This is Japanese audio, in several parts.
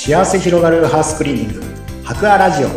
幸せ広がるハウスクリーニング博アラジオ。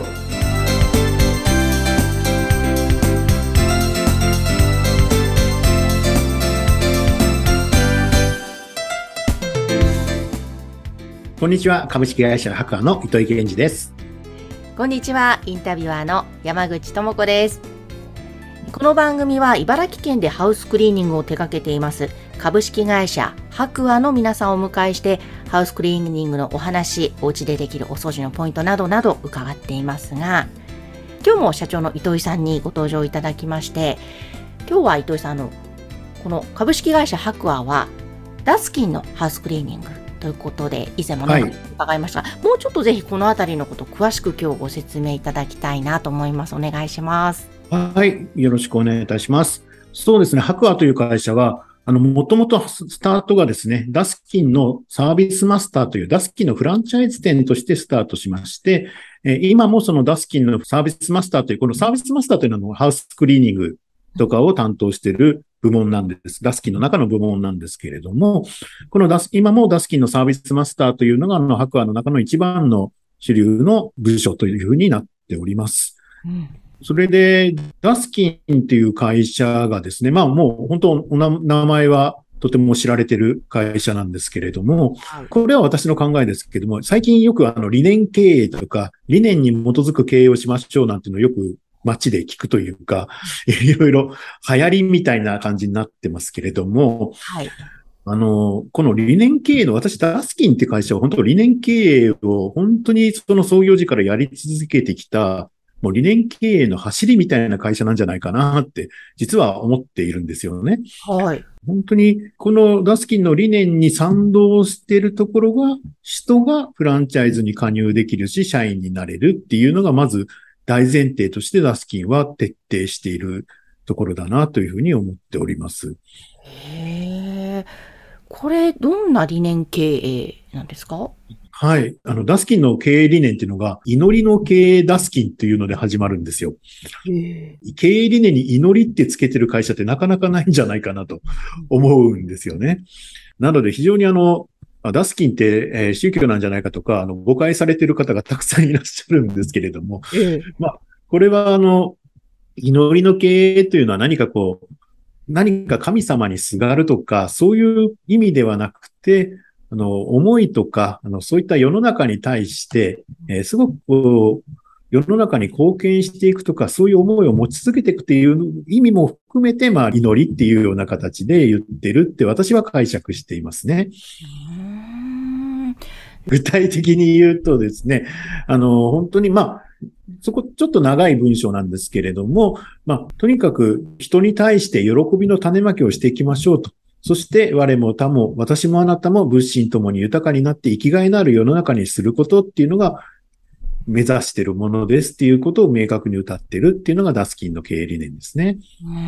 こんにちは、株式会社博アの糸井健二です。 こんにちは、インタビュアーの山口智子です。この番組は茨城県でハウスクリーニングを手掛けています株式会社博アの皆さんをお迎えして、ハウスクリーニングのお話、お家でできるお掃除のポイントなどなど伺っていますが、今日も社長の糸井さんにご登場いただきまして、今日は糸井さんこの株式会社博アはダスキンのハウスクリーニングということで、以前も伺いましたが、もうちょっとぜひこのあたりのことを詳しく今日ご説明いただきたいなと思います。お願いします。 はい、よろしくお願いいたします。そうですね、博アという会社は、もともとスタートがですね、ダスキンのサービスマスターというダスキンのフランチャイズ店としてスタートしまして、今もそのダスキンのサービスマスターという、このサービスマスターというのはハウスクリーニングとかを担当している部門なんです。ダスキンの中の部門なんですけれども、この今もダスキンのサービスマスターというのが博アの中の一番の主流の部署というふうになっております。それで、ダスキンっていう会社がですね、もう本当名前はとても知られている会社なんですけれども、これは私の考えですけれども、最近よく理念経営とか、理念に基づく経営をしましょうなんていうのをよく街で聞くというか、いろいろ流行りみたいな感じになってますけれども、この理念経営の、私、ダスキンって会社は本当理念経営を本当にその創業時からやり続けてきた、もう理念経営の走りみたいな会社なんじゃないかなって、実は思っているんですよね。本当に、このダスキンの理念に賛同しているところが、人がフランチャイズに加入できるし、社員になれるっていうのが、まず大前提としてダスキンは徹底しているところだなというふうに思っております。 これ、どんな理念経営なんですか？ はい。ダスキンの経営理念っていうのが、祈りの経営ダスキンっていうので始まるんですよ。経営理念に祈りってつけてる会社ってなかなかないんじゃないかなと思うんですよね。なので非常にダスキンって、宗教なんじゃないかとか、誤解されている方がたくさんいらっしゃるんですけれども、これは祈りの経営というのは何か神様にすがるとか、そういう意味ではなくて、思いとか、そういった世の中に対して、すごく世の中に貢献していくとか、そういう思いを持ち続けていくっていう意味も含めて、祈りっていうような形で言ってるって私は解釈していますね。具体的に言うとですね、本当にそこちょっと長い文章なんですけれども、とにかく人に対して喜びの種まきをしていきましょうと。そして我も他も私もあなたも物心ともに豊かになって生きがいのある世の中にすることっていうのが目指しているものですっていうことを明確に謳っているっていうのがダスキンの経営理念ですね。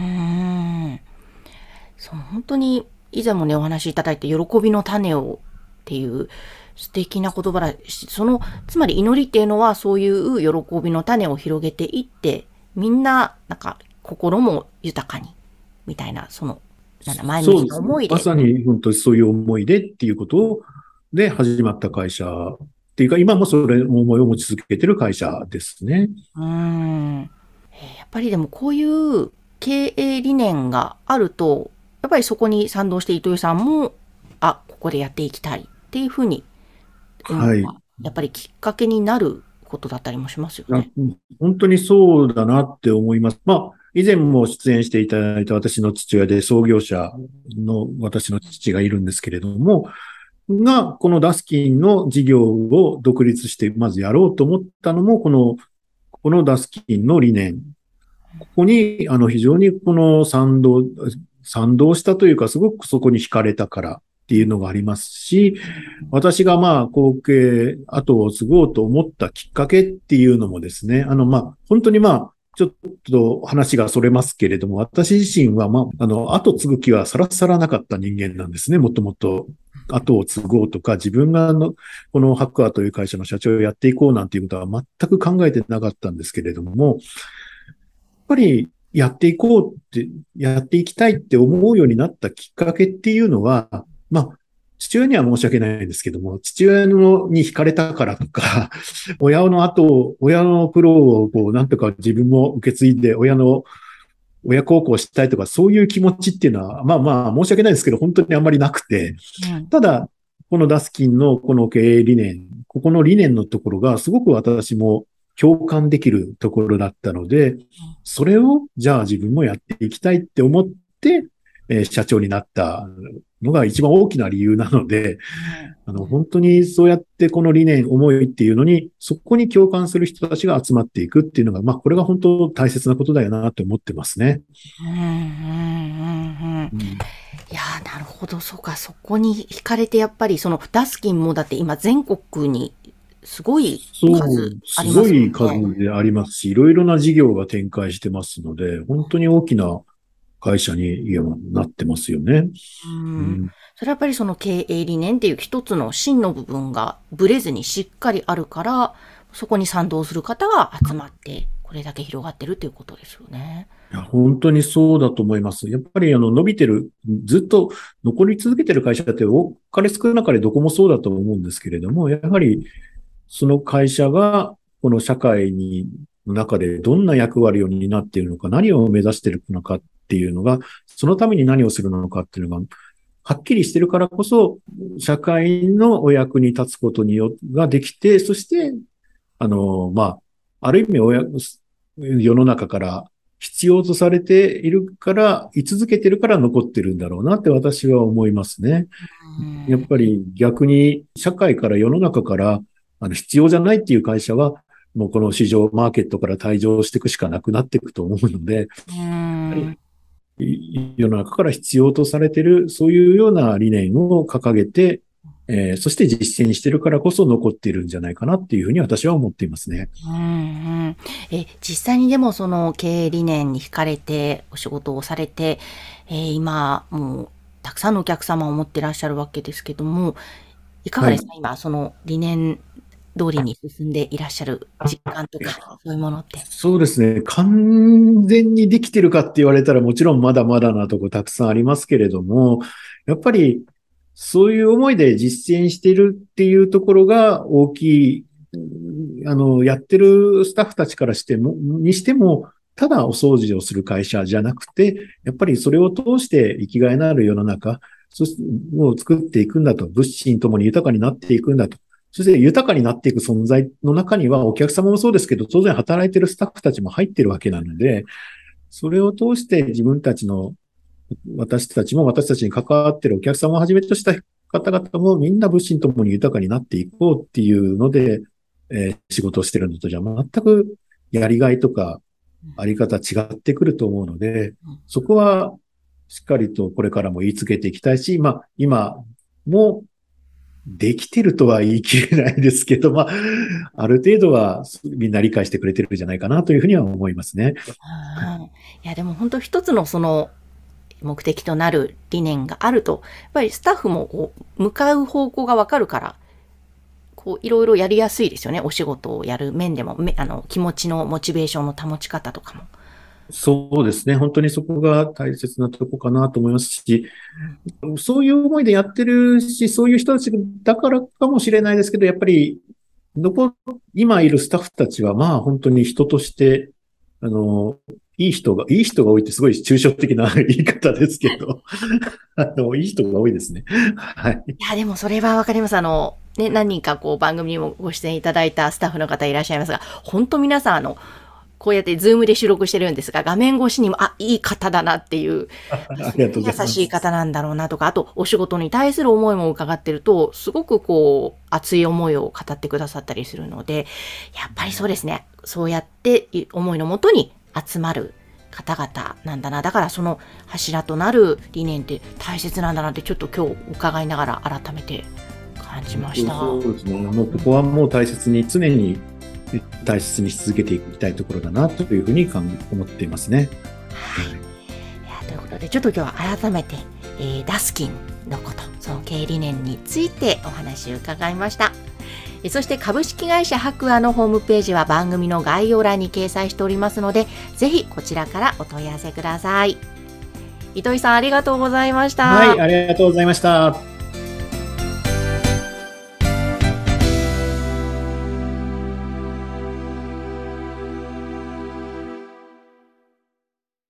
そう、本当に以前もねお話しいただいて、喜びの種をっていう素敵な言葉だし、つまり祈りっていうのはそういう喜びの種を広げていって、みんな心も豊かにみたいな、前向きな思いで。 まさに本当にそういう思いでっていうことで始まった会社っていうか、今もそれ思いを持ち続けている会社ですね。 やっぱりでもこういう経営理念があると、やっぱりそこに賛同して糸井さんも、ここでやっていきたいっていうふうに、やっぱりきっかけになることだったりもしますよね。 本当にそうだなって思います。以前も出演していただいた私の父親で創業者の私の父がいるんですけれども、このダスキンの事業を独立してまずやろうと思ったのも、このダスキンの理念。ここに、非常に賛同したというか、すごくそこに惹かれたからっていうのがありますし、私が後を継ごうと思ったきっかけっていうのもですね、本当にちょっと話がそれますけれども、私自身は後継ぐ気はさらさらなかった人間なんですね、もともと。後を継ごうとか、自分がこの博アという会社の社長をやっていこうなんていうことは全く考えてなかったんですけれども、やっぱりやっていこうって、やっていきたいって思うようになったきっかけっていうのは、 父親には申し訳ないんですけども、父親に惹かれたからとか、親の苦労をこう、なんとか自分も受け継いで、親孝行したいとか、そういう気持ちっていうのは、まあまあ、申し訳ないですけど、本当にあんまりなくて、ただ、このダスキンのこの経営理念、ここの理念のところがすごく私も共感できるところだったので、それをじゃあ自分もやっていきたいって思って、社長になったのが一番大きな理由なので、本当にそうやってこの理念、思いっていうのに、そこに共感する人たちが集まっていくっていうのが、まあこれが本当大切なことだよなと思ってますね。 いやー、なるほど。そうか。そこに惹かれて、やっぱりそのダスキンもだって今全国にすごい数ありますよね。すごい数でありますし、いろいろな事業が展開してますので、本当に大きな会社になってますよね。 それはやっぱりその経営理念っていう一つの芯の部分がブレずにしっかりあるから、そこに賛同する方が集まって、これだけ広がってるっていうことですよね。 いや、本当にそうだと思います。やっぱり伸びてる、ずっと残り続けてる会社って多かれ少なかれどこもそうだと思うんですけれども、やはりその会社がこの社会の中でどんな役割を担っているのか、何を目指しているのかっていうのが、そのために何をするのかっていうのが、はっきりしてるからこそ、社会のお役に立つことができて、そして、まあ、ある意味世の中から必要とされているから、居続けてるから残ってるんだろうなって私は思いますね。やっぱり逆に社会から世の中から必要じゃないっていう会社は、もうこの市場、マーケットから退場していくしかなくなっていくと思うので、世の中から必要とされている、そういうような理念を掲げて、そして実践しているからこそ残っているんじゃないかなっていうふうに私は思っていますね。 実際にでもその経営理念に惹かれてお仕事をされて、今もうたくさんのお客様を持ってらっしゃるわけですけども、いかがですか、はい、今その理念通りに進んでいらっしゃる実感とか、そういうものって。 そうですね。完全にできてるかって言われたらもちろんまだまだなとこたくさんありますけれども、やっぱりそういう思いで実践しているっていうところが大きい、やってるスタッフたちからしても、ただお掃除をする会社じゃなくて、やっぱりそれを通して生きがいのある世の中、を作っていくんだと、物心ともに豊かになっていくんだと。そして豊かになっていく存在の中にはお客様もそうですけど、当然働いているスタッフたちも入っているわけなので、それを通して私たちに関わっているお客様をはじめとした方々もみんな物心ともに豊かになっていこうっていうので、仕事をしているのとじゃ全くやりがいとかあり方違ってくると思うので、そこはしっかりとこれからも言い続けていきたいし、今もできてるとは言い切れないですけど、ある程度はみんな理解してくれてるんじゃないかなというふうには思いますね。 いや、でも本当一つのその目的となる理念があると、やっぱりスタッフもこう向かう方向がわかるから、こういろいろやりやすいですよね。お仕事をやる面でも、気持ちのモチベーションの保ち方とかも。 そうですね。本当にそこが大切なとこかなと思いますし、そういう思いでやってるし、そういう人たちだからかもしれないですけど、やっぱり、今いるスタッフたちは、本当に人として、いい人が多いってすごい抽象的な言い方ですけど、いい人が多いですね。はい。 いや、でもそれはわかります。何人かこう番組にもご出演いただいたスタッフの方いらっしゃいますが、本当皆さんこうやってズームで収録してるんですが、画面越しにも、いい方だなっていう、優しい方なんだろうなとか、あとお仕事に対する思いも伺ってると、すごくこう、熱い思いを語ってくださったりするので、やっぱりそうですね。そうやって思いのもとに集まる方々なんだな。だからその柱となる理念って大切なんだなってちょっと今日伺いながら改めて感じました。 そうですね。もうここはもう常に大切にし続けていきたいところだなというふうに思っていますね。 はい。ということでちょっと今日は改めて、ダスキンのこと、その経営理念についてお話を伺いました。そして株式会社白亜のホームページは番組の概要欄に掲載しておりますので、ぜひこちらからお問い合わせください。糸井さんありがとうございました。 はい、ありがとうございました。